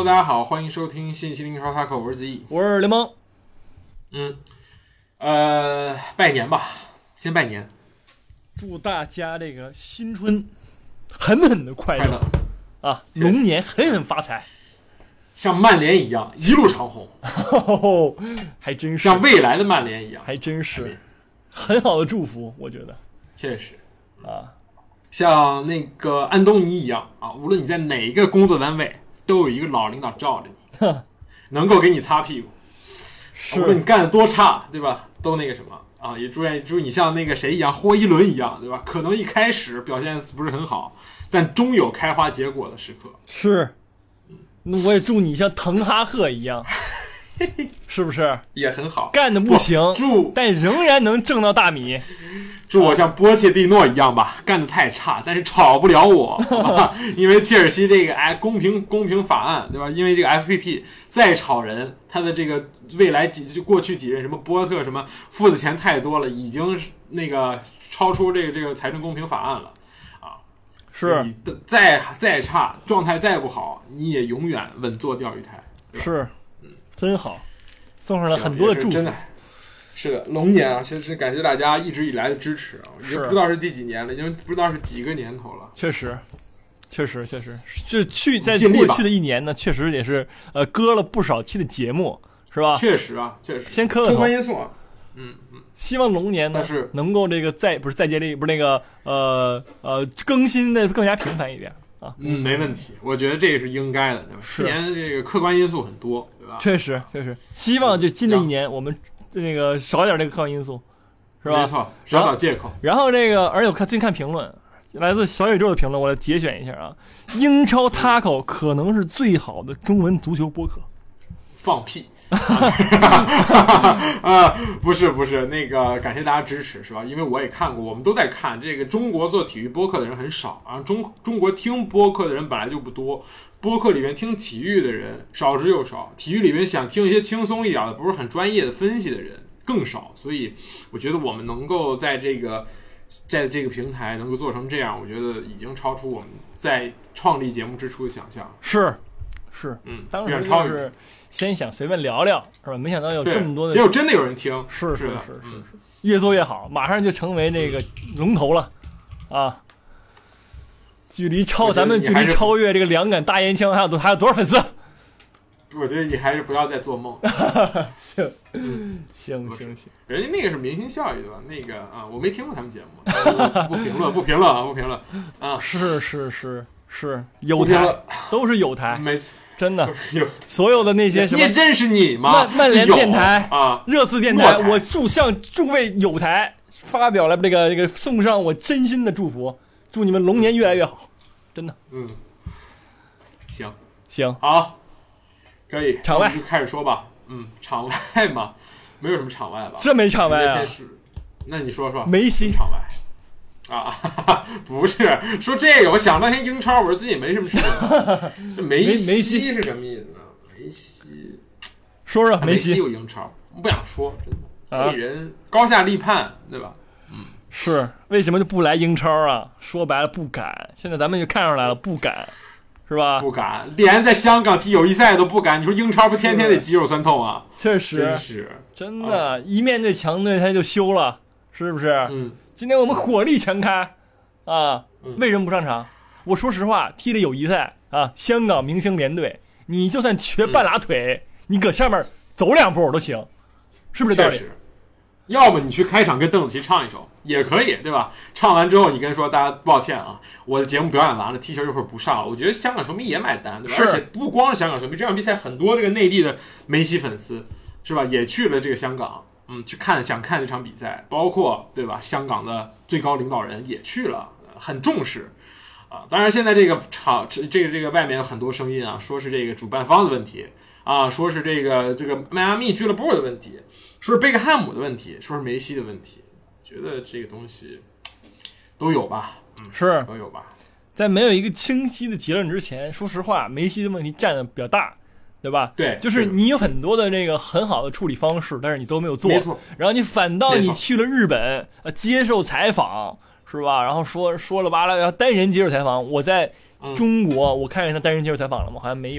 大家好，欢迎收听信息零超 Taco， 我是子毅， 我是联盟。 拜年吧，先拜年， 祝大家这个新春狠狠的快乐啊，龙年狠狠发财， 像曼联一样一路长虹， 还真是像未来的曼联一样， 还真是很好的祝福，我觉得确实啊， 像那个安东尼一样啊，无论你在哪一个工作单位，都有一个老领导罩着你，能够给你擦屁股，无论你干得多差，对吧？都那个什么啊，也祝你像那个谁一样，霍伊伦一样，对吧？可能一开始表现不是很好，但终有开花结果的时刻。 是，那我也祝你像滕哈赫一样，是不是？ 也很好， 干的不行，但仍然能挣到大米。 祝我像波切蒂诺一样吧，干得太差，但是炒不了我，好吧？因为切尔西这个公平法案，对吧？因为这个 FPP 再炒人，他的这个未来过去几任什么波特什么付的钱太多了，已经那个超出这个财政公平法案了啊！ 是， 你再差，状态再不好，你也永远稳坐钓鱼台。 是，真好，送上了很多的祝福。 真的。是的，龙年啊，其实感谢大家一直以来的支持啊，已经不知道是第几年了，已经不知道是几个年头了。 确实，在过去的一年呢，确实也是割了不少期的节目，是吧？ 确实啊，确实。 先磕客观因素啊， 希望龙年呢是能够这个再接力，不是那个更新的更加频繁一点啊。 没问题，我觉得这是应该的，对吧？去年这个客观因素很多，对吧？ 确实，希望就新的一年我们。那个少点这个客观因素，是吧？ 没错，少找借口。 然后这个，而且我最近看评论，来自小宇宙的评论，我来节选一下啊。英超 Taco 可能是最好的中文足球播客。 放屁！不是，那个感谢大家支持，是吧？因为我也看过，我们都在看这个中国做体育播客的人很少啊，中国听播客的人本来就不多。播客里面听体育的人少之又少，体育里面想听一些轻松一点的，不是很专业的分析的人更少，所以我觉得我们能够在这个平台能够做成这样，我觉得已经超出我们在创立节目之初的想象。 是，当时就是先想随便聊聊，是吧？没想到有这么多的， 结果真的有人听， 是，越做越好，马上就成为那个龙头了啊！距离超越这个两杆大烟枪还有多少粉丝？ 我觉得你还是不要再做梦。 行， 人家那个是明星效益对吧？那个啊，我没听过他们节目，不评论啊。是，有台都是有台， 没错， 真的所有的那些什么， 你认识你吗？ 曼联电台啊， 热刺电台，我向诸位有台发表了这个送上我真心的祝福。祝你们龙年越来越好，真的。行， 好，可以。 场外就开始说吧。场外嘛，没有什么场外吧？ 这没场外啊？ 那你说梅西场外啊？不是说这个，我想当天英超，我说最近没什么事情。梅西是什么意思呢？梅西， 说梅西有英超，不想说，真的，被人高下立判，对吧？ 是为什么就不来英超啊？说白了不敢，现在咱们就看出来了，不敢，是吧？ 不敢，连在香港踢友谊赛都不敢。你说英超不天天得肌肉酸痛啊？ 确实，真的，一面对强队他就休了，是不是？今天我们火力全开啊！为什么不上场？我说实话，踢了友谊赛啊，香港明星联队，你就算瘸半拉腿，你搁下面走2步都行，是不是这道理？ 要么你去开场跟邓紫棋唱一首也可以，对吧？唱完之后你跟说大家抱歉啊，我的节目表演完了，踢球一会儿不上了。我觉得香港球迷也买单，对吧？而且不光是香港球迷，这场比赛很多这个内地的梅西粉丝是吧，也去了这个香港，去想看这场比赛，包括对吧？香港的最高领导人也去了，很重视啊。当然现在这个外面有很多声音啊，说是这个主办方的问题啊，说是这个迈阿密俱乐部的问题。说是贝克汉姆的问题，说是梅西的问题，觉得这个东西都有吧，都有吧。 在没有一个清晰的结论之前，说实话，梅西的问题占的比较大，对吧？ 对， 就是你有很多的这个很好的处理方式，但是你都没有做， 没错。 然后你反倒你去了日本，接受采访，是吧？然后说了巴拉，然后单人接受采访。我在中国，我看见他单人接受采访了吗？好像没有。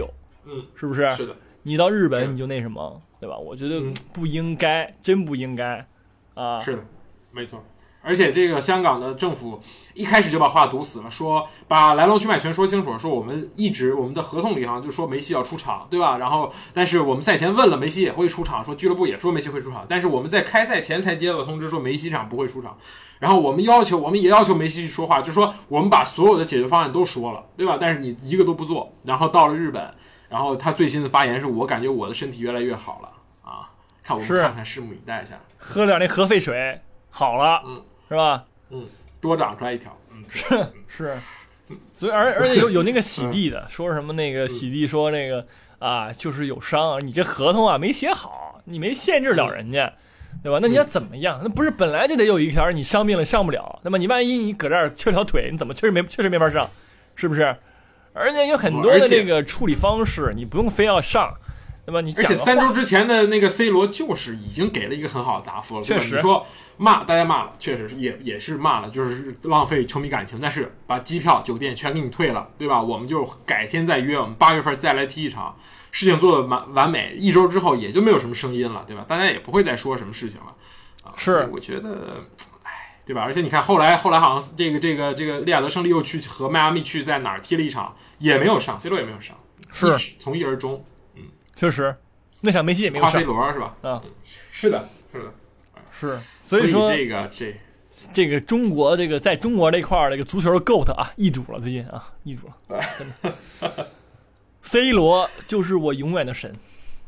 是不是？ 是的。 你到日本你就那什么，对吧？我觉得不应该，真不应该啊！ 是的，没错。而且这个香港的政府一开始就把话堵死了，说把来龙去脉全说清楚，说我们的合同里就说梅西要出场，对吧？然后但是我们赛前问了梅西也会出场，说俱乐部也说梅西会出场，但是我们在开赛前才接到通知说梅西场不会出场。然后我们也要求梅西去说话，就说我们把所有的解决方案都说了，对吧？但是你一个都不做。然后到了日本，然后他最新的发言是我感觉我的身体越来越好了啊！我们看看，拭目以待一下。 喝点那核废水好了，是吧？ 多长出来一条， 是，所以而且有那个洗地的，说什么那个洗地说那个啊，就是有伤，你这合同啊没写好，你没限制了人家，对吧？那你要怎么样？那不是本来就得有一条，你伤病了上不了，那么你万一你搁这儿缺条腿，你怎么确实没法上，是不是？而且有很多的这个处理方式，你不用非要上。那么你而且3周之前的那个 C 罗就是已经给了一个很好的答复了， 确实。 你说大家骂了，确实也是骂了，就是浪费球迷感情。但是把机票、酒店全给你退了，对吧？我们就改天再约，我们8月份再来踢一场，事情做得完美。1周之后也就没有什么声音了，对吧？大家也不会再说什么事情了啊。 是， 我觉得，对吧？而且你看后来好像这个利雅得胜利又去和迈阿密去在哪儿踢了一场，也没有上 ，C 罗也没有上， 是从一而终。 确实，那场梅西也没有上。 夸 C 罗是吧？是的， 是。所以说这个中国在中国这块儿这个足球的 GOAT 啊，易主了，最近啊，易主了。C 罗就是我永远的神。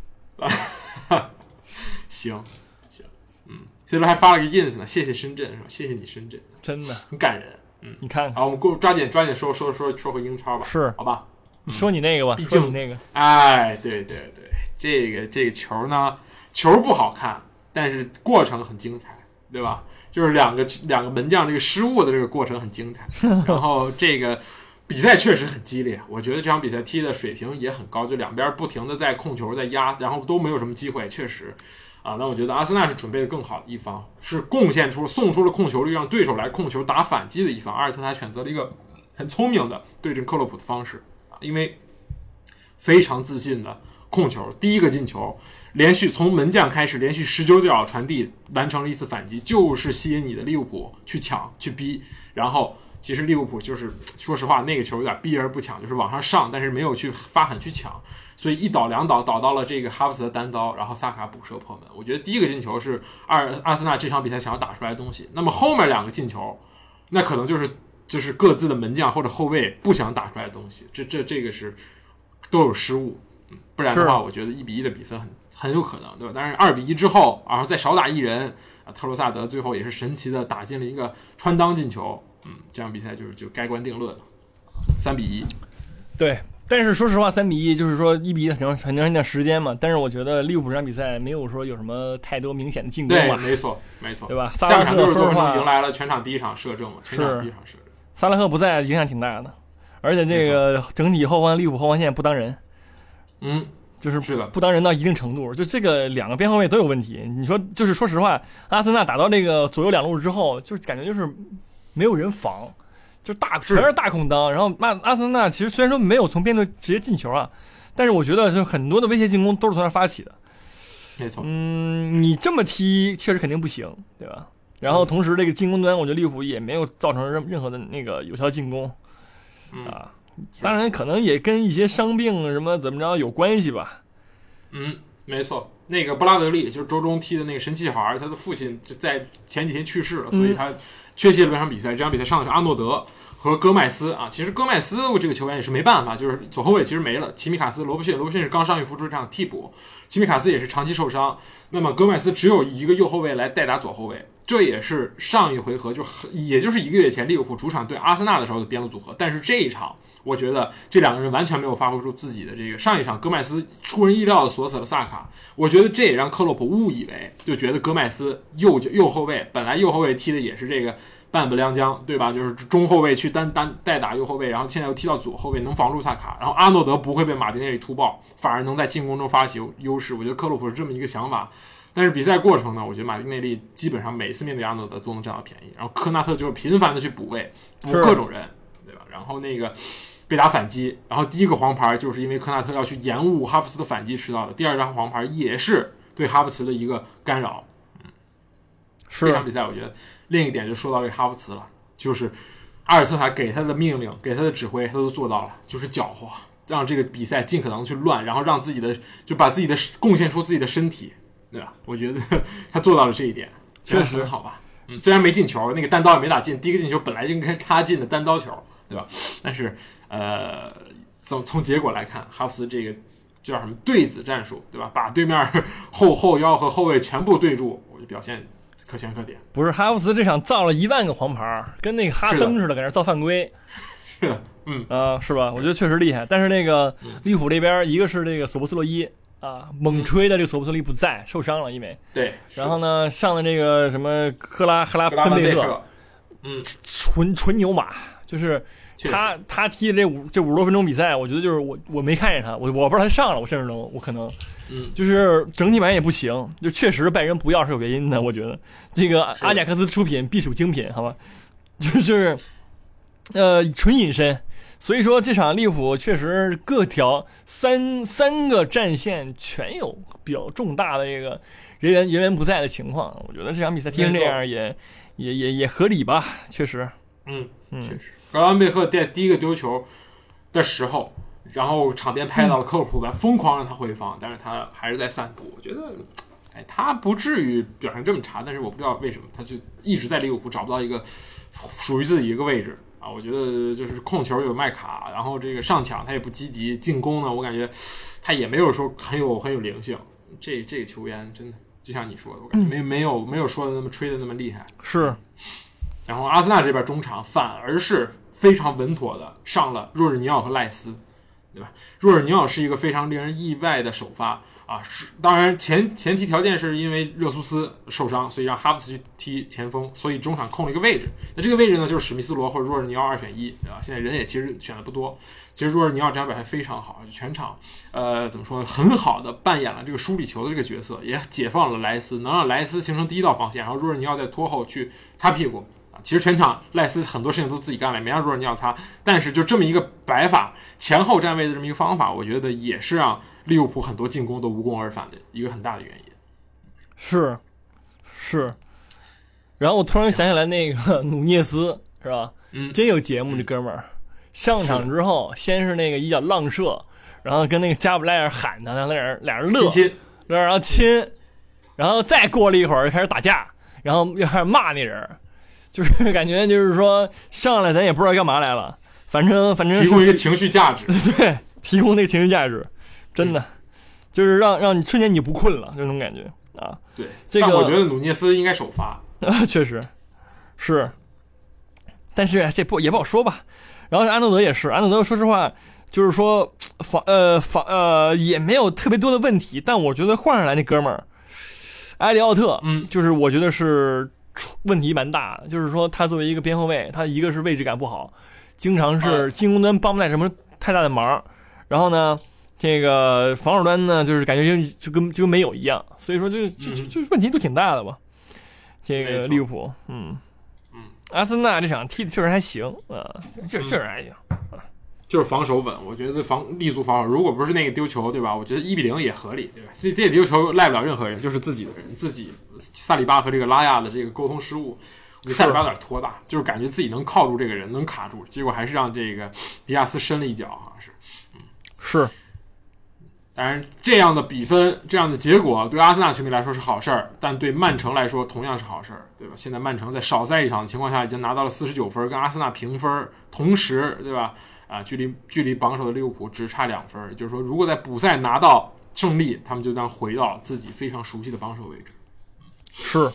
行，C 罗还发了个 ins 呢，谢谢深圳是吧？谢谢你深圳， 真的很感人。 你看看。 好，我们抓紧说回英超吧。 是， 好吧。 你说你那个吧， 毕竟你那个， 对，这个球呢，球不好看，但是过程很精彩，对吧？就是两个门将这个失误的这个过程很精彩，然后这个比赛确实很激烈，我觉得这场比赛踢的水平也很高，就两边不停的在控球在压，然后都没有什么机会，确实啊，那我觉得阿森纳是准备的更好的一方，是送出了控球率，让对手来控球打反击的一方。阿尔特塔选择了一个很聪明的对阵克洛普的方式。因为非常自信的控球，第一个进球连续从门将开始连续19脚传递完成了一次反击，就是吸引你的利物浦去抢去逼，然后其实利物浦就是说实话那个球有点避而不抢，就是往上上，但是没有去发狠去抢，所以一倒两倒倒到了这个哈弗茨的单刀，然后萨卡补射破门。我觉得第一个进球是阿森纳这场比赛想要打出来的东西，那么后面两个进球那可能就是各自的门将或者后卫不想打出来的东西，这个是都有失误，不然的话，我觉得1-1的比分很有可能，对吧？但是2-1之后，然后再少打一人，特罗萨德最后也是神奇的打进了一个穿裆进球，这场比赛就盖棺定论了，3-1。 对，但是说实话，3-1就是说1-1很长一段时间嘛。但是我觉得利物浦这场比赛没有说有什么太多明显的进攻嘛。 对，没错，对吧？ 萨拉赫 60多分钟迎来了全场第一场射正，全场第一场射正。 萨拉赫不在影响挺大的，而且这个整体后防利物浦后防线不当人，就是不当人到一定程度，就这个两个边后卫都有问题。你说就是说实话，阿森纳打到这个左右两路之后，就是感觉就是没有人防，就全是大空当。然后阿森纳其实虽然说没有从边路直接进球啊，但是我觉得就很多的威胁进攻都是从那发起的。 没错， 你这么踢确实肯定不行，对吧？然后同时这个进攻端，我觉得利物浦也没有造成任何的那个有效进攻，当然可能也跟一些伤病什么怎么着有关系吧。 没错，那个布拉德利就是周中踢的那个神奇孩，他的父亲在前几天去世了，所以他缺席了这场比赛。这场比赛上的是阿诺德和戈麦斯啊。其实戈麦斯这个球员也是没办法，就是左后卫其实没了，齐米卡斯、罗伯逊是刚伤愈复出这样替补，齐米卡斯也是长期受伤，那么戈麦斯只有一个右后卫来代打左后卫。这也是上一回合也就是1个月前利物浦主场对阿森纳的时候的边路组合，但是这一场我觉得这两个人完全没有发挥出自己的这个。上一场戈麦斯出人意料的锁死了萨卡，我觉得这也让克洛普误以为，就觉得戈麦斯右后卫本来右后卫踢的也是这个半不良将，对吧？就是中后卫去单代打右后卫，然后现在又踢到左后卫能防住萨卡，然后阿诺德不会被马丁内利突爆，反而能在进攻中发起优势。我觉得克洛普是这么一个想法。但是比赛过程呢，我觉得马丁内利基本上每次面对阿诺德都能占到便宜，然后科纳特就是频繁的去补位，补各种人，对吧？然后那个被打反击，然后第一个黄牌就是因为科纳特要去延误哈弗茨的反击吃到的，第二张黄牌也是对哈弗茨的一个干扰。这场比赛我觉得另一点就说到这哈弗茨了，就是阿尔特塔给他的命令，给他的指挥，他都做到了，就是搅和，让这个比赛尽可能去乱，然后让自己的就把自己的贡献出自己的身体，对吧？我觉得他做到了这一点， 确实很好吧。虽然没进球，那个单刀也没打进，第一个进球本来就应该他进的单刀球，对吧？但是从结果来看，哈弗茨这个叫什么对子战术，对吧？把对面后腰和后卫全部对住，我就表现可圈可点。 不是哈弗茨这场造了10000个黄牌，跟那个哈登似的，搁那造犯规。 是的， 是吧？我觉得确实厉害。但是那个利物浦这边，一个是这个索布斯洛伊啊，猛吹的这个索布斯洛伊不在，受伤了，因为对。 然后呢，上了这个什么赫拉芬贝克，纯牛马，就是他踢的这50多分钟比赛，我觉得就是我没看见他，我不知道他上了，我甚至我可能。就是整体版也不行，就确实拜仁不要是有原因的，我觉得这个阿贾克斯出品必属精品，好吧？就是纯隐身，所以说这场利物浦确实各条三个战线全有比较重大的这个人员不在的情况，我觉得这场比赛踢成这样也合理吧，确实， 确实。格兰贝赫在第一个丢球的时候。然后场边拍到了科尔普疯狂让他回防，但是他还是在散步。我觉得，他不至于表现这么差，但是我不知道为什么他就一直在利物浦找不到一个属于自己一个位置啊。我觉得就是控球有麦卡，然后这个上抢他也不积极，进攻呢我感觉他也没有说很有灵性。这个球员真的就像你说的，我感觉没有说的那么吹的那么厉害。 是。 然后阿森纳这边中场反而是非常稳妥的上了若日尼奥和赖斯。对吧？若尔尼奥是一个非常令人意外的首发啊！当然前提条件是因为热苏斯受伤，所以让哈弗茨去踢前锋，所以中场空了一个位置。那这个位置呢，就是史密斯罗或者若尔尼奥2选1，对吧？现在人也其实选的不多。其实若尔尼奥这场表现非常好，全场怎么说呢？很好的扮演了这个梳理球的这个角色，也解放了莱斯，能让莱斯形成第一道防线，然后若尔尼奥再拖后去擦屁股。其实全场赖斯很多事情都自己干了，没让若尔尼奥擦，但是就这么一个摆法，前后站位的这么一个方法，我觉得也是让利物浦很多进攻都无功而返的一个很大的原因。 是。然后我突然想起来那个努涅斯是吧？真有节目，这哥们儿上场之后，先是那个一脚浪射，然后跟那个加布莱尔喊他，俩人乐，然后亲，然后再过了一会儿就开始打架，然后又开始骂那人。就是感觉就是说上来咱也不知道干嘛来了，反正提供一个情绪价值， 对，提供那个情绪价值，真的就是让你瞬间你不困了这种感觉啊。 对， 这个但我觉得努涅斯应该首发， 确实是，但是这也不好说吧。然后安诺德也是，安诺德说实话就是说也没有特别多的问题，但我觉得换上来那哥们儿埃里奥特，就是我觉得是。问题蛮大的，就是说他作为一个边后卫，他一个是位置感不好，经常是进攻端帮不来什么太大的忙，然后呢，这个防守端呢，就是感觉就跟没有一样，所以说就问题都挺大的吧。这个利物浦，阿森纳这场踢的确实还行啊，确实还行。 就是防守稳，我觉得立足防守，如果不是那个丢球，对吧？我觉得1-0也合理，对吧？这丢球赖不了任何人，就是自己的人，自己萨里巴和这个拉亚的这个沟通失误，我觉得萨里巴有点拖大，就是感觉自己能靠住这个人，能卡住，结果还是让这个迪亚斯伸了一脚，好像是， 是。 当然，这样的比分，这样的结果，对阿森纳球迷来说是好事儿，但对曼城来说同样是好事儿，对吧？现在曼城在少赛一场的情况下，已经拿到了49分，跟阿森纳平分，同时，对吧？距离榜首的利物浦只差2分，也就是说，如果在补赛拿到胜利，他们就将回到自己非常熟悉的榜首位置。 是，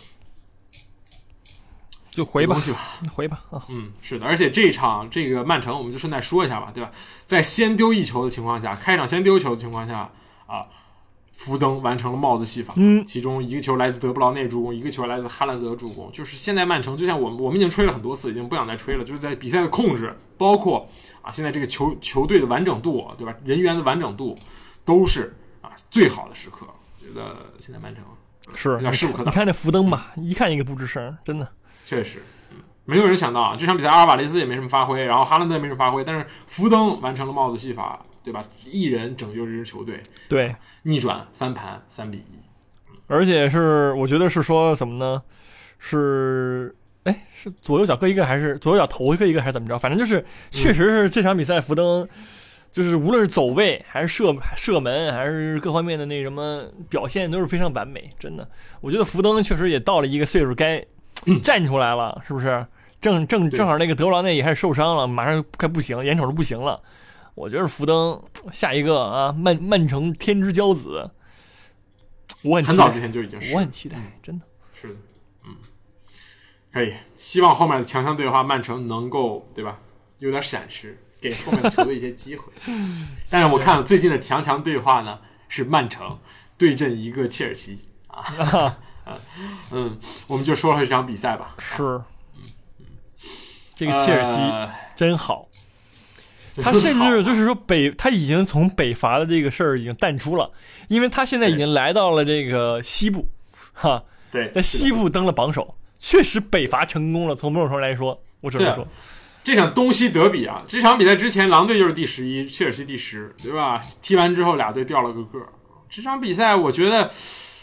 就回吧，回吧啊。是的，而且这场这个曼城，我们就顺带说一下吧，对吧？在先丢1球的情况下，开场先丢球的情况下啊，福登完成了帽子戏法，其中一个球来自德布劳内助攻，一个球来自哈兰德助攻。就是现在曼城，就像我们已经吹了很多次，已经不想再吹了，就是在比赛的控制，包括现在这个球队的完整度，对吧？人员的完整度都是最好的时刻。我觉得现在曼城是有点势不可挡。 你看这福登吧，一看一个不吱声，真的确实。 没有人想到啊，这场比赛阿尔瓦雷斯也没什么发挥，然后哈兰德也没什么发挥，但是福登完成了帽子戏法，对吧？一人拯救这支球队， 对， 逆转翻盘3-1， 而且是我觉得是说什么呢？是左右脚各一个，还是左右脚头各一个，还是怎么着？反正就是确实是这场比赛福登就是无论是走位还是射门还是各方面的那什么表现都是非常完美，真的。我觉得福登确实也到了一个岁数该站出来了，是不是？正好那个德布劳内也开始受伤了，马上快不行，眼瞅着不行了。我觉得福登下一个啊，曼城天之骄子，我很早之前就已经是， 我很期待，真的是的，可以，希望后面的强强对话曼城能够对吧，有点闪失，给后面的球队一些机会。但是我看了最近的强对话呢，是曼城对阵一个切尔西啊。我们就说说这场比赛吧。 是，这个切尔西真好，他甚至就是说他已经从北伐的这个事儿已经淡出了，因为他现在已经来到了这个西部，哈， 对， 在西部登了榜首，确实北伐成功了。从某种程度来说，我只能说， 这场东西德比啊，这场比赛之前狼队就是第11，切尔西第10，对吧？踢完之后俩队掉了个个。这场比赛我觉得，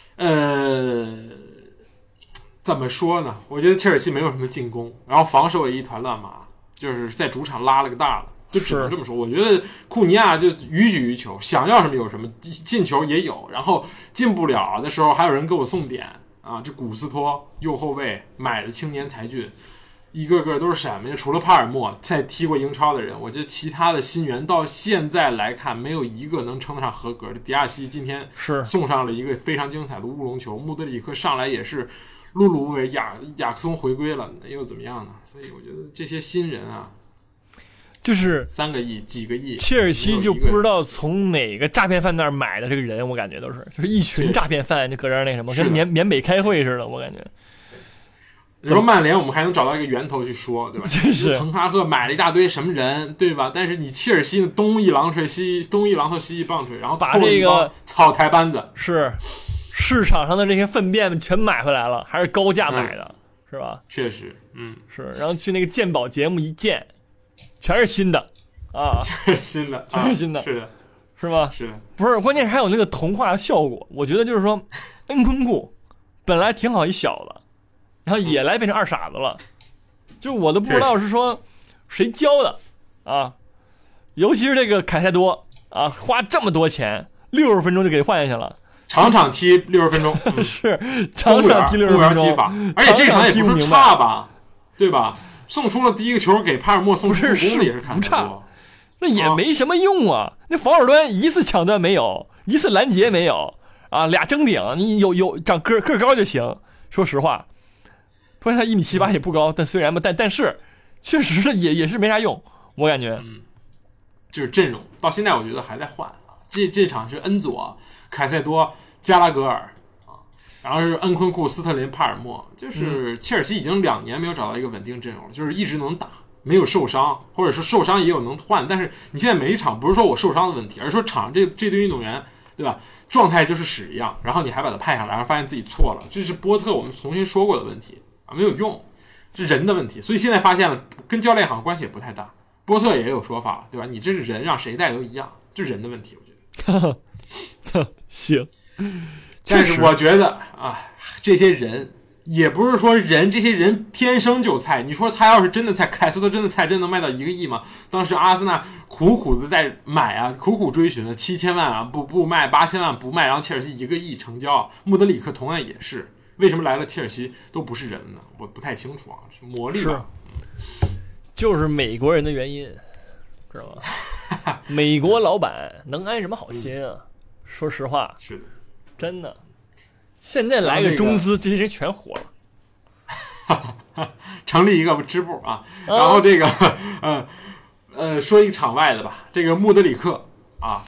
怎么说呢？我觉得切尔西没有什么进攻，然后防守也一团乱麻，就是在主场拉了个大的，就只能这么说。我觉得库尼亚就予取予求，想要什么有什么，进球也有，然后进不了的时候还有人给我送点啊！这古斯托右后卫买的青年才俊，一个个都是什么呀？除了帕尔默在踢过英超的人，我觉得其他的新援到现在来看，没有一个能称得上合格的。迪亚西今天是送上了一个非常精彩的乌龙球，穆德里克上来也是碌碌无为，雅克松回归了，又怎么样呢？所以我觉得这些新人啊， 就是 3个亿几个亿， 切尔西就不知道从哪个诈骗犯那儿买的这个人，我感觉都是就是一群诈骗犯就搁这儿那什么，跟缅北开会似的，我感觉。 你说曼联，我们还能找到一个源头去说，对吧？ 是滕哈赫买了一大堆什么人，对吧？但是你切尔西东一榔头西一棒槌，然后把这个草台班子是市场上的这些粪便全买回来了，还是高价买的，是吧？ 确实， 是。然后去那个鉴宝节目一见，全是新的啊， 全是新的，是的， 是吧？ 是的， 不是，关键是还有那个同化效果。我觉得就是说，恩昆库本来挺好一小子。然后也来变成二傻子了，就我都不知道是说谁教的啊，尤其是这个凯塞多啊，花这么多钱，60分钟就给换下去了， 场踢60分钟， 是场踢60分钟， 而且这场也不是差吧，对吧？送出了第一个球给帕尔默送出助攻的也是不差，那也没什么用啊，那防守端一次抢断没有，一次拦截没有啊，俩争顶，你有长个高就行，说实话。虽然他1.78米也不高，但虽然吧，但是确实也是没啥用，我感觉。 就是阵容到现在我觉得还在换啊。这场是恩佐、凯塞多、加拉格尔啊，然后是恩昆库、斯特林、帕尔默，就是切尔西已经2年没有找到一个稳定阵容了，就是一直能打，没有受伤，或者是受伤也有能换，但是你现在每一场不是说我受伤的问题，而是说场上这堆运动员，对吧？状态就是屎一样，然后你还把他派上来，然后发现自己错了，这是波特我们重新说过的问题。没有用，是人的问题，所以现在发现了跟教练好像关系也不太大。波特也有说法了，对吧？你这是人，让谁带都一样，这是人的问题，我觉得。行， 但是我觉得啊，这些人也不是说这些人天生就菜。你说他要是真的菜，凯斯特真的菜，真能卖到1个亿吗？当时阿森纳苦苦的在买啊，苦苦追寻了7000万啊，不卖8000万不卖，然后切尔西1个亿成交。穆德里克同样也是。为什么来了切尔西都不是人呢？我不太清楚啊，是魔力吧？ 就是美国人的原因，知道吧？美国老板能安什么好心啊？说实话， 是的， 真的。现在来个中资，这些人全火了，成立一个支部啊。然后这个说一个场外的吧，这个穆德里克啊，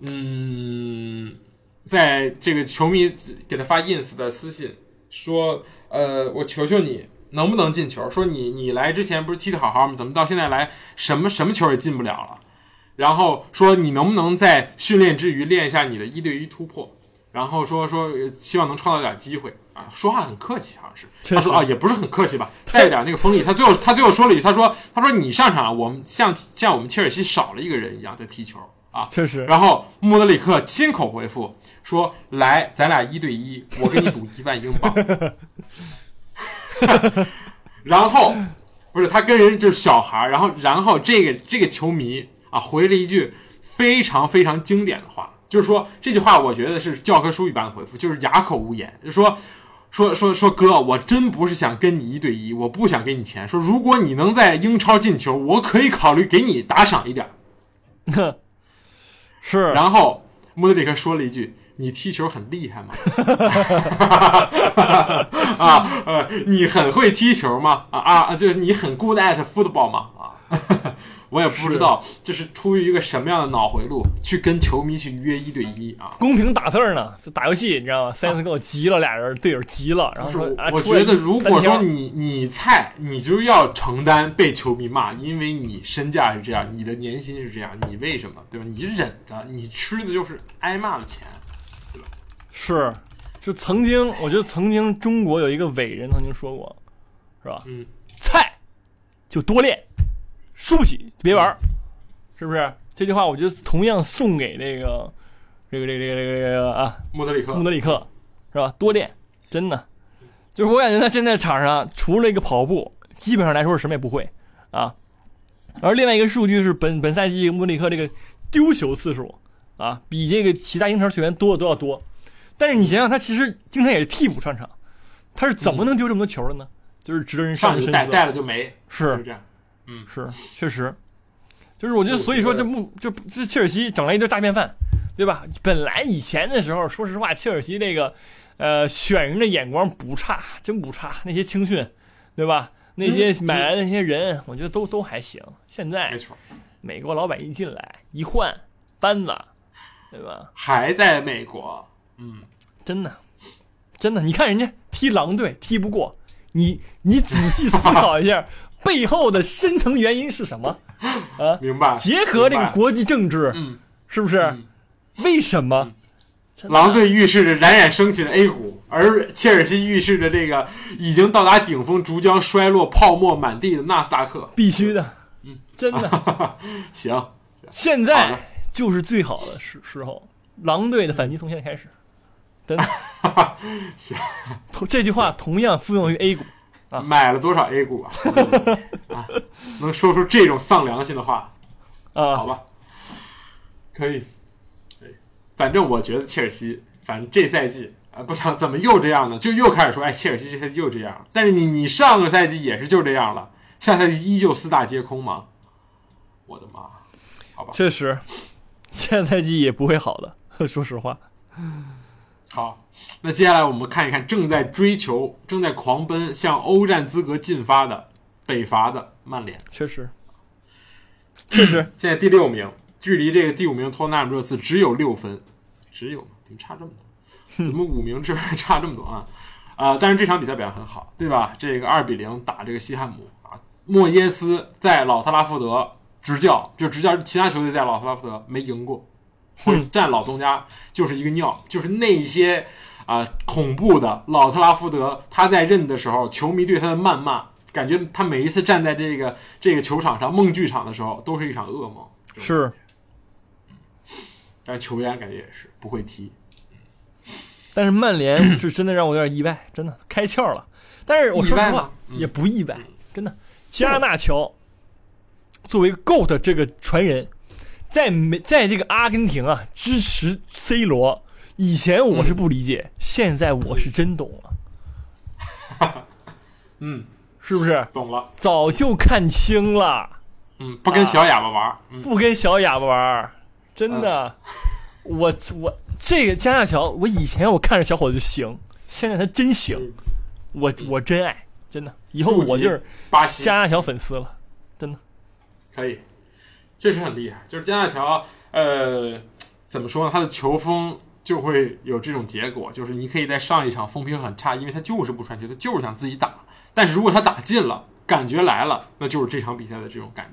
在这个球迷给他发 ins 的私信。说我求求你能不能进球，说你来之前不是踢得好好吗？怎么到现在来什么球也进不了了？然后说你能不能在训练之余练一下你的1对1突破？ 然后说希望能创造点机会啊，说话很客气，好像是他说也不是很客气吧，带着点那个锋利。他最后说了一句，他说你上场，我们像我们切尔西少了一个人一样在踢球啊， 确实。 然后穆德里克亲口回复说：“来，咱俩1对1，我给你赌1万英镑。”然后不是他跟人就是小孩，然后这个球迷啊回了一句非常非常经典的话。就是说这句话，我觉得是教科书一般的回复，就是哑口无言。就说哥，我真不是想跟你1对1，我不想给你钱。说如果你能在英超进球，我可以考虑给你打赏一点。 是。 然后穆德里克说了一句：“你踢球很厉害吗？”你很会踢球吗？就是你很 good at football 吗？我也不知道这是出于一个什么样的脑回路去跟球迷去约1对1啊！ 公屏打字呢，打游戏你知道吗？3-4给我急了，俩人队友急了，然后说我觉得如果说你菜，你就要承担被球迷骂，因为你身价是这样，你的年薪是这样，你为什么对吧？你忍着，你吃的就是挨骂的钱，对吧？ 是，就我觉得曾经中国有一个伟人曾经说过，是吧？菜就多练。输不起就别玩，是不是？这句话我觉得同样送给这个穆德里克，是吧？多练，真的，就是我感觉他现在场上除了一个跑步，基本上来说是什么也不会啊。而另外一个数据是本赛季穆德里克这个丢球次数啊，比这个其他英超球员都要多。但是你想想，他其实经常也是替补上场，他是怎么能丢这么多球的呢？就是值得人上深思。 带了就没， 是这样。 是确实，就是我觉得，所以说这切尔西整了一堆诈骗犯，对吧？本来以前的时候，说实话，切尔西这个选人的眼光不差，真不差。那些青训，对吧？那些买来的那些人，我觉得都还行。现在没错， 美国老板一进来一换班子，对吧？ 还在美国， 真的，你看人家踢狼队踢不过，你仔细思考一下。背后的深层原因是什么？ 明白。 结合这个国际政治，是不是？为什么？ 狼队预示着冉冉升起的 A 股，而切尔西预示着这个已经到达顶峰、逐将衰落、泡沫满地的纳斯达克。 必须的，真的。 行， 现在就是最好的时候，狼队的反击从现在开始，真的。 行， 这句话同样适用于 A 股。 买了多少 A 股啊？能说出这种丧良心的话好吧，可以。反正我觉得切尔西，反正这赛季不怎么又这样呢？就又开始说，切尔西这赛季又这样。但是你上个赛季也是就这样了，下赛季依旧4大皆空吗？我的妈！好吧， 确实，下赛季也不会好的，说实话。 好，那接下来我们看一看正在追求、正在狂奔向欧战资格进发的北伐的曼联。 确实， 现在第6名，距离这个第5名托纳姆热刺只有6分，怎么差这么多？怎么5名之外差这么多啊？但是这场比赛表现很好，对吧？这个2-0打这个西汉姆啊，莫耶斯在老特拉福德执教其他球队在老特拉福德没赢过。会战老东家就是一个尿，就是那些恐怖的老特拉福德，他在任的时候，球迷对他的谩骂，感觉他每一次站在这个球场上梦剧场的时候，都是一场噩梦。 是， 但是球员感觉也是不会踢。 但是曼联是真的让我有点意外，真的开窍了。但是我说实话也不意外，真的。加纳乔作为 GOAT 这个传人。在这个阿根廷支持 C 罗，以前我是不理解，现在我是真懂了。是不是？ 懂了， 早就看清了。 不跟小哑巴玩， 不跟小哑巴玩，真的。我这个加纳乔，我以前我看着小伙子就行，现在他真行，我真爱，真的。以后我就是加纳乔粉丝了，真的。 可以。确实很厉害，就是加纳乔，怎么说呢？他的球风就会有这种结果，就是你可以在上一场风评很差，因为他就是不传球，他就是想自己打。但是如果他打进了，感觉来了，那就是这场比赛的这种感觉，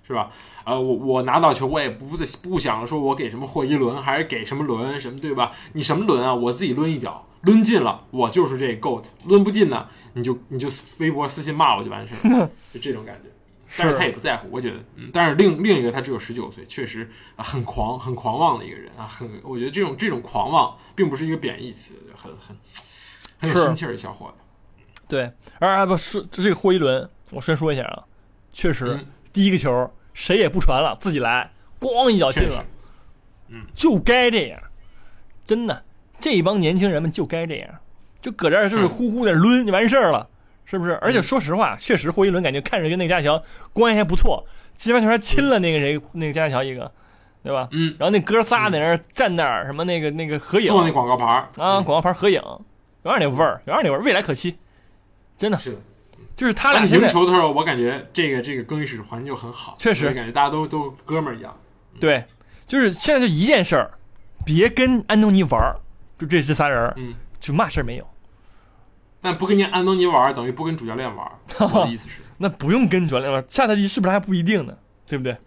是吧？我拿到球，我也不想说我给什么霍伊伦还是给什么伦什么，对吧？你什么伦啊？我自己抡一脚，抡进了我就是这 GOAT， 抡不进呢，你就微博私信骂我就完事了，就这种感觉。但是他也不在乎，我觉得，但是另一个他只有19岁，确实很狂妄的一个人啊，我觉得这种狂妄并不是一个贬义词，很有心气儿的小伙子。 对，不是这个霍伊伦，我先说一下啊，确实，第一个球谁也不传了，自己来，咣一脚进了，就该这样，真的，这帮年轻人们就该这样，就搁这儿就是呼呼点抡就完事儿了。是不是？而且说实话，确实霍伊伦感觉看着跟那个加乔关系还不错，进完球还亲了那个那个加乔一个，对吧？然后那哥仨在那儿站那儿，什么那个合影， 做那广告牌啊，广告牌合影，有点那味儿，未来可期，真的是的。 就是他俩赢球的时候，我感觉这个更衣室环境就很好， 确实感觉大家都哥们儿一样。 对，就是现在就一件事儿，别跟安东尼玩，就这仨人，就嘛事儿没有。 但不跟安东尼玩，等于不跟主教练玩。我的意思是， 那不用跟主教练玩，下赛季是不是还不一定呢？对不对？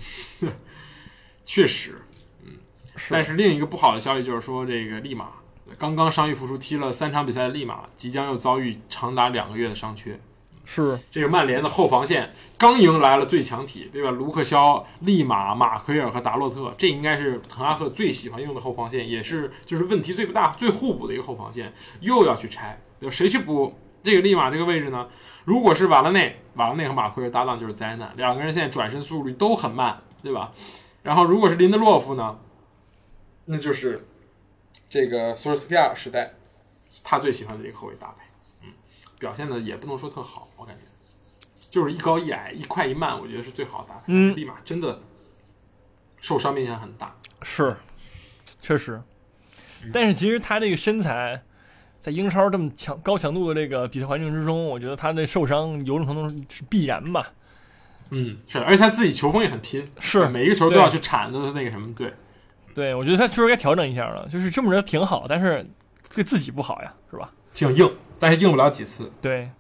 确实，但是另一个不好的消息就是说，这个利马刚刚伤愈复出，踢了3场比赛的利马，即将又遭遇长达2个月的伤缺。 是这个曼联的后防线刚迎来了最强体，对吧？卢克肖、利马、马奎尔和达洛特，这应该是滕哈赫最喜欢用的后防线，也是就是问题最不大、最互补的一个后防线，又要去拆。谁去补这个利马这个位置呢？如果是瓦拉内和马奎尔搭档就是灾难，两个人现在转身速率都很慢，对吧？然后如果是林德洛夫呢，那就是这个索尔斯克亚时代他最喜欢的这个后卫搭配，表现的也不能说特好，我感觉就是一高一矮，一快一慢，我觉得是最好的搭配。利马真的受伤面向很大， 是确实，但是其实他这个身材。在英超这么高强度的这个比赛环境之中，我觉得他的受伤有种程度是必然吧。 是，而且他自己球风也很拼， 是每一个球都要去铲的那个什么， 对，我觉得他确实该调整一下了，就是这么着挺好，但是对自己不好呀，是吧？ 挺硬，但是硬不了几次。 对，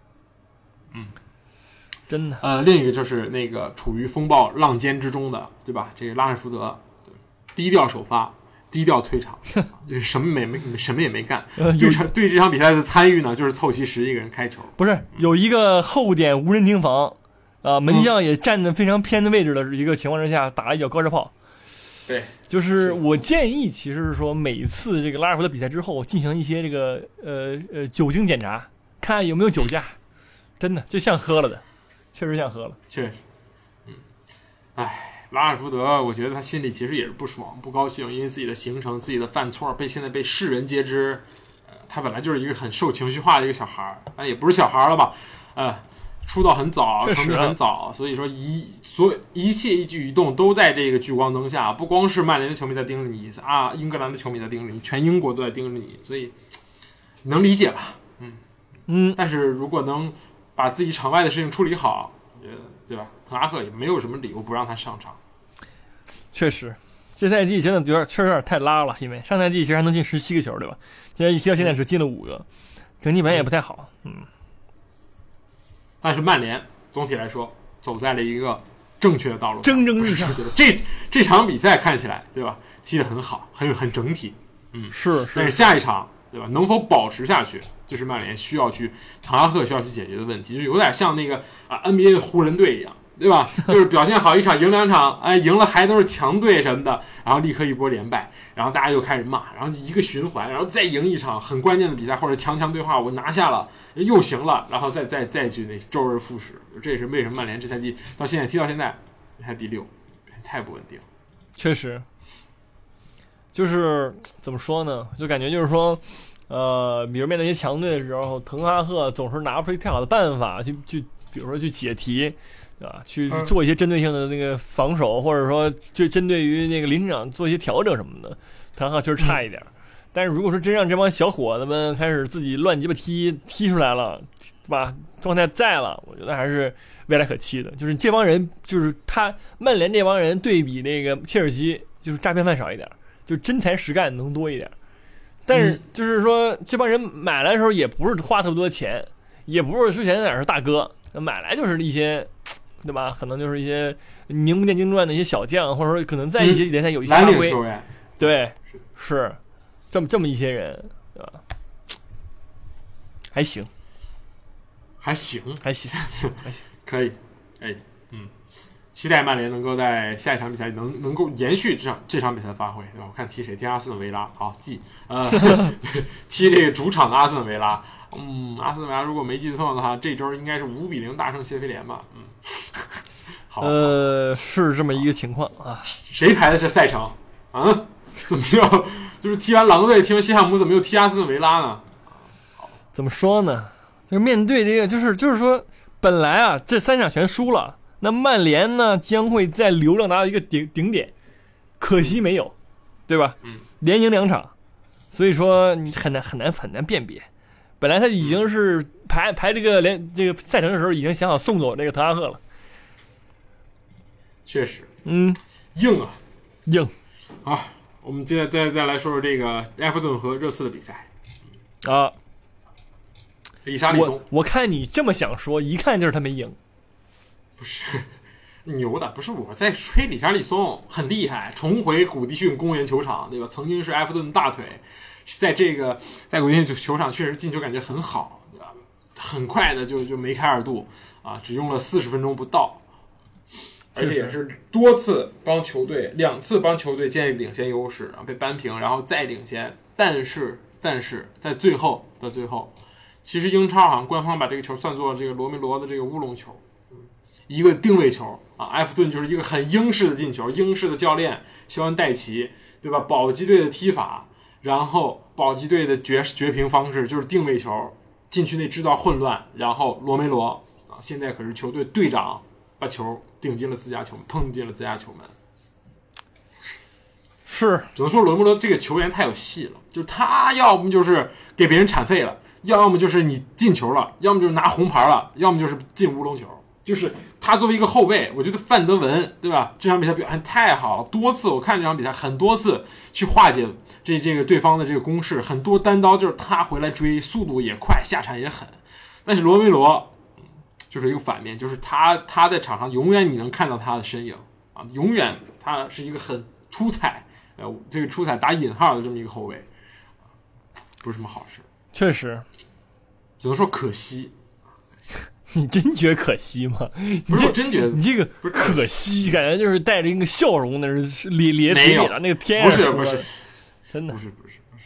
真的。 另一个就是那个处于风暴浪尖之中的，对吧？这个拉什福德低调首发。低调退场，就是什么也没干。对这场比赛的参与呢，就是凑齐11个人开球。 不是有一个后点无人盯防，门将也站得非常偏的位置的一个情况之下，打了一脚高射炮。 对， 就是我建议，其实是说每次这个拉尔福德比赛之后进行一些这个酒精检查，看有没有酒驾。真的，就像喝了的，确实像喝了， 确实。拉尔福德，我觉得他心里其实也是不爽、不高兴，因为自己的行程、自己的犯错现在被世人皆知。他本来就是一个很受情绪化的一个小孩，但也不是小孩了吧？出道很早，成名很早，所以说一切一举一动都在这个聚光灯下，不光是曼联的球迷在盯着你啊，英格兰的球迷在盯着你，全英国都在盯着你，所以能理解吧？但是如果能把自己场外的事情处理好，我觉得对吧？滕哈赫也没有什么理由不让他上场。 确实，这赛季真的确实有点太拉了，因为上赛季其实还能进17个球，对吧？现在踢到现在只进了5个，整体表现也不太好。 但是曼联总体来说走在了一个正确的道路， 蒸蒸日上。 这场比赛看起来，对吧？踢得很好，很整体。 是。 但是下一场，对吧？能否保持下去，就是曼联需要去滕哈赫需要去解决的问题，就有点像那个NBA 的湖人队一样。对吧？就是表现好一场赢2场，赢了还都是强队什么的，然后立刻一波连败，然后大家又开始骂，然后一个循环，然后再赢一场很关键的比赛或者强对话，我拿下了又行了，然后再去那周而复始。这也是为什么曼联这赛季到现在踢到现在还第6，太不稳定。确实， 就是怎么说呢？就感觉就是说，比如面对一些强队的时候，滕哈赫总是拿不出一太好的办法去，比如说去解题。对吧？去做一些针对性的那个防守，或者说就针对于那个临场做一些调整什么的，滕哈赫确实差一点。但是如果说真让这帮小伙子们开始自己乱鸡巴踢出来了，对吧？状态在了，我觉得还是未来可期的。就是这帮人，就是曼联这帮人对比那个切尔西，就是诈骗犯少一点，就真才实干能多一点。但是就是说，这帮人买来的时候也不是花特别多钱，也不是之前哪是大哥，买来就是一些对吧？可能就是一些名不见经传的一些小将，或者说可能在一些联赛有一些发挥，对，是这么一些人，对吧？还行， 可以，期待曼联能够在下一场比赛能够延续这场比赛的发挥。我看踢谁？踢阿斯顿维拉，好记。踢这个主场的阿斯顿维拉。阿斯顿维拉如果没记错的话，这周应该是5-0大胜谢菲联吧？好。 是这么一个情况啊。 谁排的这赛程啊？怎么就是踢完狼队，踢完西汉姆，怎么又踢阿斯顿维拉呢？ 怎么说呢？就是面对这个，就是说，本来啊这3场全输了，那曼联呢将会在流量达到一个顶点，可惜没有，对吧？连赢2场，所以说你很难辨别。本来他已经是排这个赛程的时候，已经想好送走这个特拉赫了。 确实， 硬好，我们接着再来说说这个埃弗顿和热刺的比赛啊。 里沙利松， 我看你这么想说，一看就是他没赢。 不是牛的，不是我在吹里沙利松很厉害，重回古迪逊公园球场，对吧？曾经是埃弗顿的大腿，在古迪逊球场确实进球感觉很好，对吧？很快的就梅开2度啊，只用了40分钟不到，而且也是多次帮球队2次帮球队建立领先优势，然后被扳平，然后再领先，但是在最后，其实英超好像官方把这个球算作这个罗梅罗的这个乌龙球，一个定位球啊。埃弗顿就是一个很英式的进球，英式的教练肖恩戴奇，对吧？保级队的踢法，然后保级队的绝平方式就是定位球，禁区内制造混乱，然后罗梅罗啊，现在可是球队队长，把球顶进了自家球门，碰进了自家球门。 是， 只能说罗梅罗这个球员太有戏了，就是他要么就是给别人铲废了，要么就是你进球了，要么就是拿红牌了，要么就是进乌龙球。就是他作为一个后卫，我觉得范德文，对吧？这场比赛表现太好了，多次我看这场比赛很多次去化解这个对方的这个攻势，很多单刀就是他回来追，速度也快，下铲也狠。但是罗梅罗就是一个反面，就是他在场上永远你能看到他的身影啊，永远他是一个很出彩，这个出彩打引号的这么一个后卫，不是什么好事。 确实， 只能说可惜。 你真觉得可惜吗？ 不是，我真觉得你这个可惜，感觉就是带着一个笑容，那是咧嘴里的那个天。 不是， 真的不是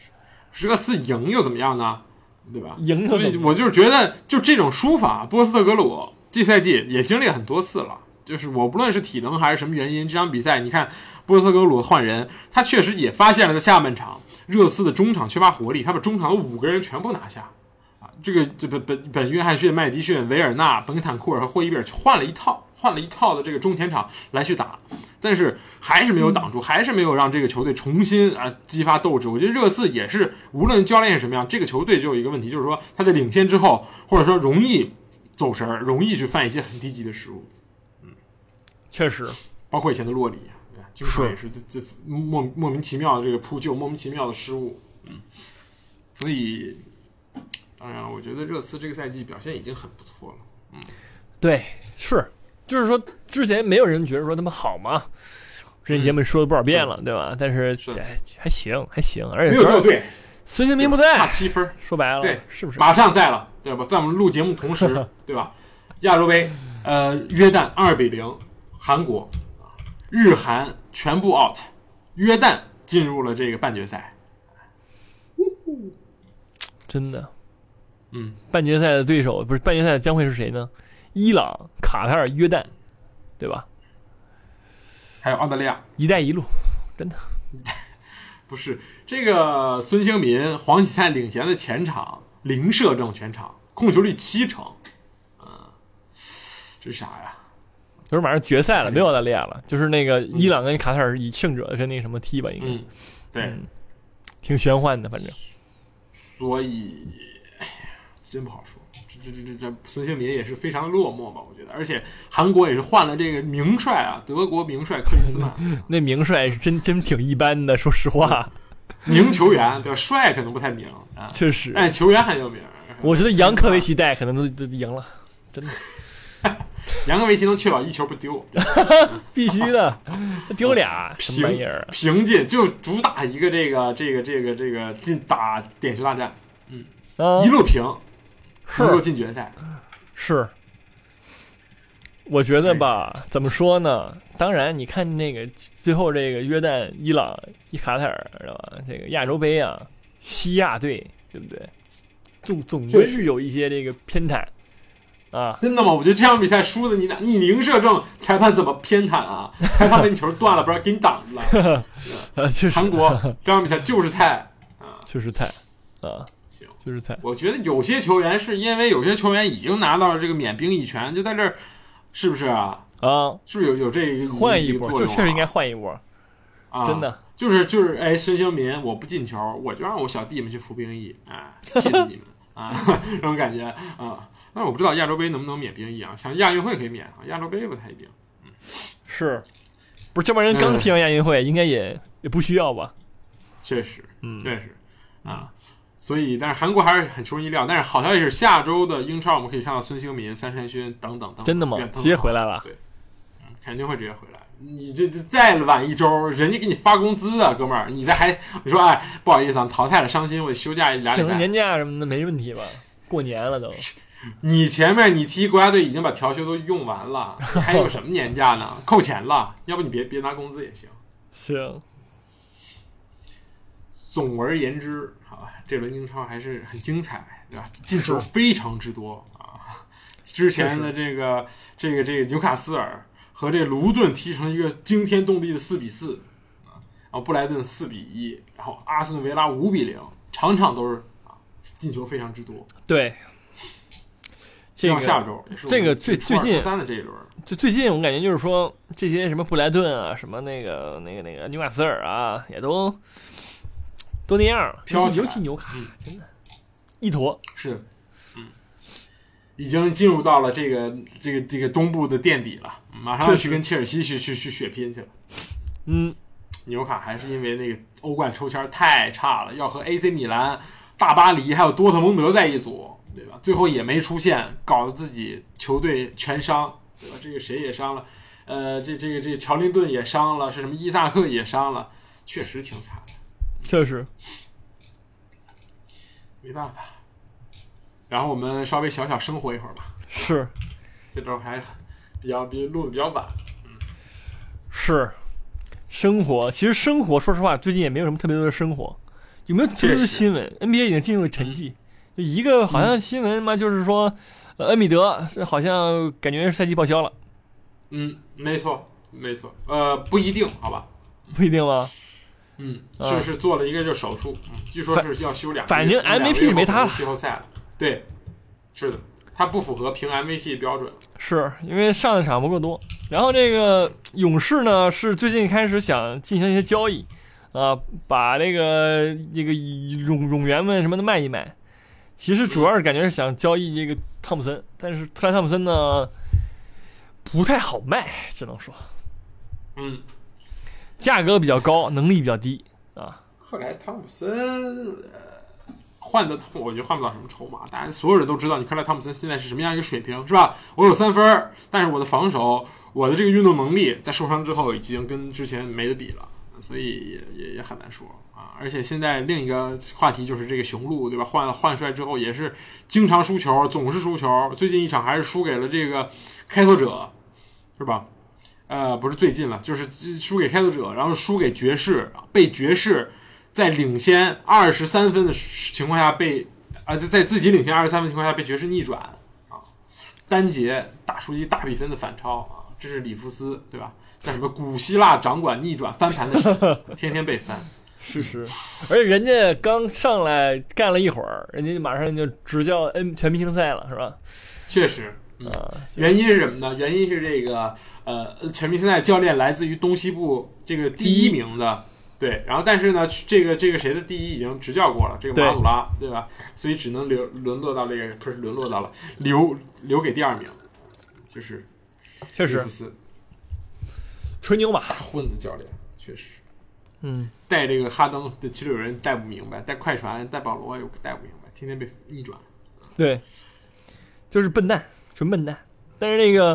，10次赢又怎么样呢？对吧？ 赢， 所以我就是觉得，就这种输法，波斯特格鲁这赛季也经历很多次了。就是我不论是体能还是什么原因，这场比赛你看波斯特格鲁换人，他确实也发现了在下半场热刺的中场缺乏活力，他把中场的5个人全部拿下。这本约翰逊、麦迪逊、维尔纳、本坦库尔和霍伊比尔换了一套的这个中前场来去打，但是还是没有挡住，还是没有让这个球队重新激发斗志。我觉得热刺也是，无论教练是什么样，这个球队就有一个问题，就是说他在领先之后，或者说容易走神，容易去犯一些很低级的失误。 确实， 包括以前的洛里，经常也是这莫名其妙的这个扑救，莫名其妙的失误。所以。当然了，我觉得热刺这个赛季表现已经很不错了。 对，就是说之前没有人觉得说他们好嘛，之前节目说了不少遍了，对吧？但是还行，而且没有对， 孙兴民不在， 差7分， 说白了， 对， 是不是？ 马上在了，对吧？在我们录节目同时，对吧？亚洲杯，约旦2-0韩国，日韩全部 out， 约旦进入了这个半决赛， 真的。半决赛的对手不是半决赛将会是谁呢？伊朗、卡塔尔、约旦，对吧？ 还有澳大利亚， 一带一路，真的不是这个孙兴民、黄喜灿领衔的前场0射正全场，控球率70%，这是啥呀？ 就是马上决赛了，没有澳大利亚了，就是那个伊朗跟卡塔尔以胜者跟那个什么踢吧，应该， 对， 挺玄幻的，反正。 所以。真不好说，这孙兴民也是非常落寞吧，我觉得，而且韩国也是换了这个名帅啊，德国名帅克里斯曼， 那名帅是真挺一般的，说实话， 名球员对吧？帅可能不太名啊， 确实， 哎，球员很有名。 我觉得扬科维奇带可能都赢了，真的。 扬科维奇能确保一球不丢， 必须的，他丢俩什么玩意儿？ 平进就主打一个这个进打点球大战，一路平，能够进决赛。 是，我觉得吧，怎么说呢？当然，你看那个最后这个约旦、伊朗、卡塔尔，知道吧？这个亚洲杯啊，西亚队，对不对？总归是有一些这个偏袒啊。真的吗？我觉得这场比赛输的你零射正，裁判怎么偏袒啊？裁判把你球断了，不知道给你挡住了。韩国这场比赛就是菜啊， 就是菜啊。就是菜。 我觉得有些球员是因为有些球员已经拿到了这个免兵役权，就在这儿，是不是啊？是不是有这个换一波？就确实应该换一波啊！ 真的就是哎，孙兴民我不进球，我就让我小弟们去服兵役，哎，气死你们啊！这种感觉啊。但是我不知道亚洲杯能不能免兵役啊？像亚运会可以免啊，亚洲杯不太一定。 是，不是这帮人刚踢完亚运会，应该也不需要吧？ 确实，确实啊。所以，但是韩国还是很出人意料。但是好消息是，下周的英超我们可以看到孙兴民、三山勋等等。 真的吗？直接回来了？ 对，肯定会直接回来。你这再晚一周，人家给你发工资啊，哥们儿，你说哎，不好意思啊，淘汰了，伤心，我得休假2礼拜。 请年假什么的没问题吧？过年了都。 你前面你踢国家队已经把调休都用完了，你还有什么年假呢？扣钱了，要不你别拿工资也行。 行。 总而言之，这轮英超还是很精彩，对吧？进球非常之多啊！之前的这个纽卡斯尔和这卢顿踢成一个惊天动地的4-4啊，然后布莱顿4-1，然后阿斯顿维拉5-0，场场都是进球非常之多。 对， 希望下周也是这个最近 3的这一轮， 最近我感觉就是说这些什么布莱顿啊，什么那个纽卡斯尔啊，也都那样了，尤其纽卡，真的，一坨是，已经进入到了这个东部的垫底了，马上去跟切尔西去血拼去了。纽卡还是因为那个欧冠抽签太差了，要和 AC 米兰、大巴黎还有多特蒙德在一组，对吧？最后也没出现，搞得自己球队全伤，对吧？这个谁也伤了，这个乔林顿也伤了，是什么伊萨克也伤了，确实挺惨的。 确实， 没办法。然后我们稍微小生活一会儿吧。 是， 这周还录的比较晚。 是，生活其实生活，说实话，最近也没有什么特别多的生活。有没有特别多的新闻 ？NBA 已经进入了沉寂，就一个好像新闻嘛，就是说，恩比德是好像感觉是赛季报销了。 没错，不一定，好吧？ 不一定吗？ 是做了一个手术，据说是要休2个月。 反正 MVP 没他了， 季后赛了。对，是的，他不符合评 MVP 标准， 是因为上的场不够多。然后这个勇士呢，是最近开始想进行一些交易，把这个冗员们什么的卖一卖。其实主要是感觉是想交易这个汤普森，但是特莱汤普森呢不太好卖，只能说，价格比较高，能力比较低啊。 克莱汤普森我觉得换不到什么筹码，大家所有人都知道你克莱汤普森现在是什么样一个水平，是吧？我有3分，但是我的防守，我的这个运动能力在受伤之后已经跟之前没得比了，所以也很难说啊。而且现在另一个话题就是这个雄鹿，对吧？换帅之后也是经常输球，总是输球，最近一场还是输给了这个开拓者，是吧？不是最近了，就是输给开拓者，然后输给爵士，被爵士在领先23分的情况下在自己领先23分的情况下被爵士逆转啊，单节打出一大比分的反超啊，这是里弗斯，对吧？叫什么古希腊掌管逆转翻盘的事，天天被翻。 是，而且人家刚上来干了一会儿，人家马上就执教全明星赛了，是吧？ 确实。原因是什么呢？原因是这个全明星赛教练来自于东西部这个第1名的，对，然后但是呢，这个谁的第1已经执教过了，这个马祖拉， 对吧？所以只能沦落到这个，不是沦落到了留给第2名，就是确实吹牛马混子教练，确实，带这个哈登的76人带不明白，带快船带保罗又带不明白，天天被逆转， 对，就是笨蛋。纯笨蛋，但是这个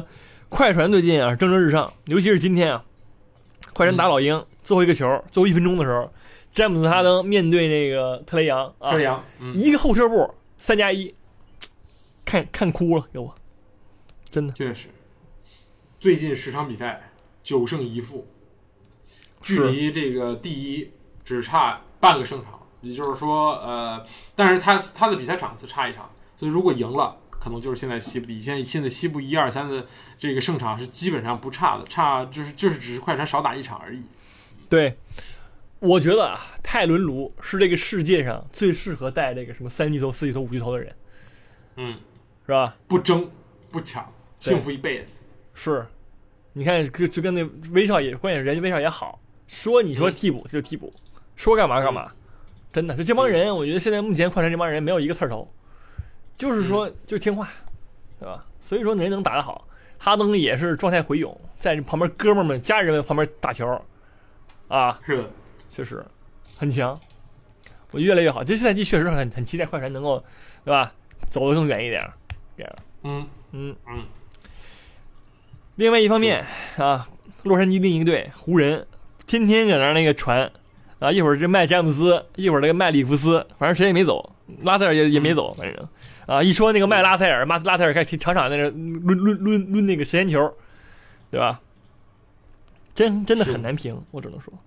快船最近啊蒸蒸日上，尤其是今天啊，快船打老鹰，最后一个球，最后1分钟的时候，詹姆斯哈登面对那个特雷杨啊，一个后撤步3+1，看哭了，给我，真的。 确实，最近10场比赛9胜1负，距离这个第一只差半个胜场，也就是说，但是他的比赛场次差1场，所以如果赢了。可能就是现在西部第一，现在西部1、2、3的这个胜场是基本上不差的，差就是只是快船少打1场而已。 对，我觉得啊，泰伦卢是这个世界上最适合带这个什么3巨头、4巨头、5巨头的人，是吧？ 不争不抢，幸福一辈子。 是，你看就跟那威少也，关键人家威少也好，说你说替补就替补，说干嘛干嘛，真的就这帮人，我觉得现在目前快船这帮人没有一个刺头。就是说，就听话，对吧？所以说人能打得好，哈登也是状态回勇，在旁边哥们们、家人们旁边打球，啊， 是的， 确实很强。我越来越好，这赛季确实很期待快船能够，对吧？走得更远一点，这样。另外一方面啊，洛杉矶另一个队湖人，天天搁那个传啊，一会儿这卖詹姆斯，一会儿那个卖里弗斯，反正谁也没走。拉塞尔也没走，反正啊，一说那个卖拉塞尔，拉塞尔开始场那个抡那个时间球，对吧？真的很难评，我只能说。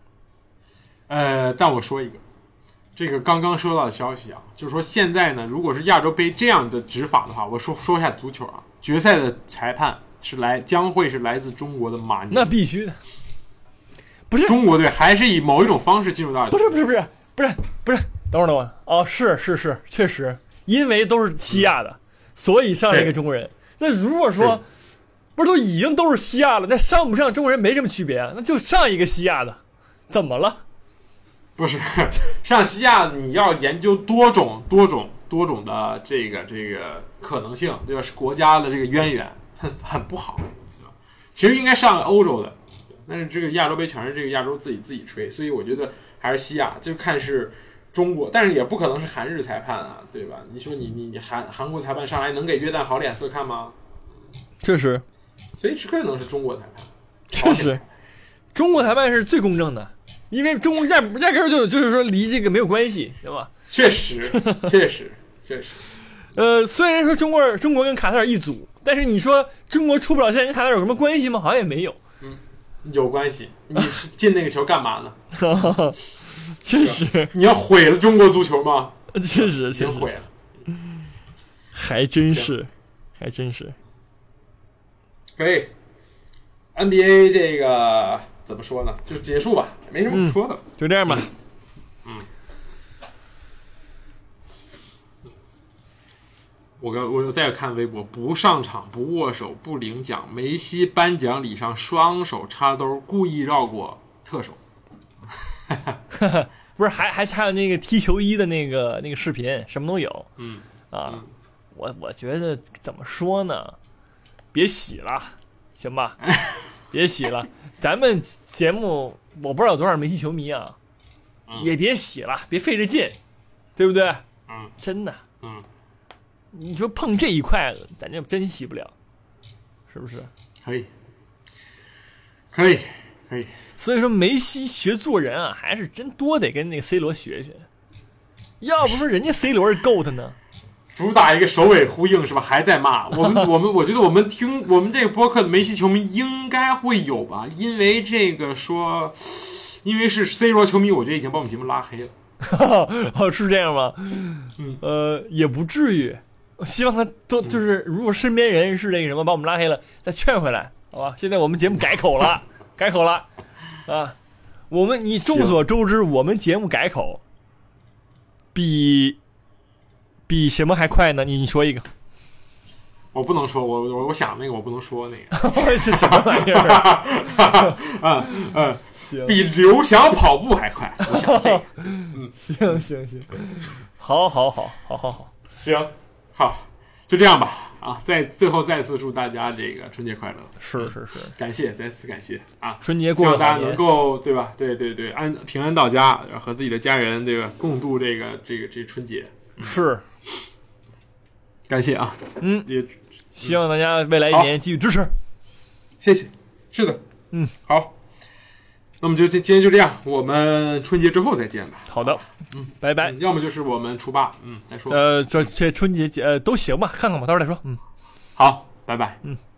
但我说一个，这个刚刚收到的消息啊，就是说现在呢，如果是亚洲杯这样的执法的话，我说一下足球啊，决赛的裁判将会是来自中国的马宁， 那必须的，不是中国队还是以某一种方式进入到， 不是。等会儿哦，是，确实，因为都是西亚的，所以上了一个中国人。那如果说不是都已经都是西亚了，那上不上中国人没什么区别，那就上一个西亚的，怎么了？ 不是上西亚，你要研究多种的这个可能性，对吧？是国家的这个渊源，很不好，对吧？其实应该上欧洲的，但是这个亚洲杯全是这个亚洲自己吹，所以我觉得还是西亚，就看是。中国，但是也不可能是韩日裁判啊，对吧？你说你韩国裁判上来能给约旦好脸色看吗？ 确实， 所以只可能是中国裁判。 确实，中国裁判是最公正的，因为中国压根就是说离这个没有关系，对吧？ 确实。 虽然说中国跟卡塔尔一组，但是你说中国出不了线跟卡塔尔有什么关系吗？好像也没有。 有关系。你进那个球干嘛呢？ 确实， 你要毁了中国足球吗？ 确实毁了， 还真是。 可以 ，NBA 这个怎么说呢？就结束吧，没什么可说的， 就这样吧。 我再看微博，不上场、不握手、不领奖，梅西颁奖礼上双手插兜，故意绕过特首。 不是还有那个踢球衣的那个视频，什么都有。我觉得怎么说呢？别洗了，行吧？别洗了，咱们节目我不知道有多少梅西球迷啊，也别洗了，别费这劲，对不对？真的。你说碰这一块子，咱就真洗不了，是不是？ 可以。 所以说梅西学做人啊，还是真多得跟那个 C 罗学学，要不说人家 C 罗是 GOAT 呢。 主打一个首尾呼应是吧？还在骂我们，我觉得我们这个播客的梅西球迷应该会有吧，因为是 C 罗球迷，我觉得已经把我们节目拉黑了。 是这样吗？也不至于。希望他就是如果身边人是那个什么把我们拉黑了，再劝回来，好吧？现在我们节目改口了啊！你众所周知，我们节目改口比什么还快呢？你说一个。 我不能说，我想那个我不能说那个。 这什么玩意儿？ 比刘翔跑步还快。我想这个。 行，好， 行，好，就这样吧。最后再次祝大家这个春节快乐。 是， 再次感谢啊！ 春节过希望大家能够对吧？对，平安到家，和自己的家人对吧？共度这春节。 是， 感谢啊！ 也希望大家未来一年继续支持。 谢谢。是的，好。那么就今天就这样，我们春节之后再见吧。 好的，拜拜。 要么就是我们初八，再说。 这春节都行吧，看看吧，到时候再说。 好，拜拜。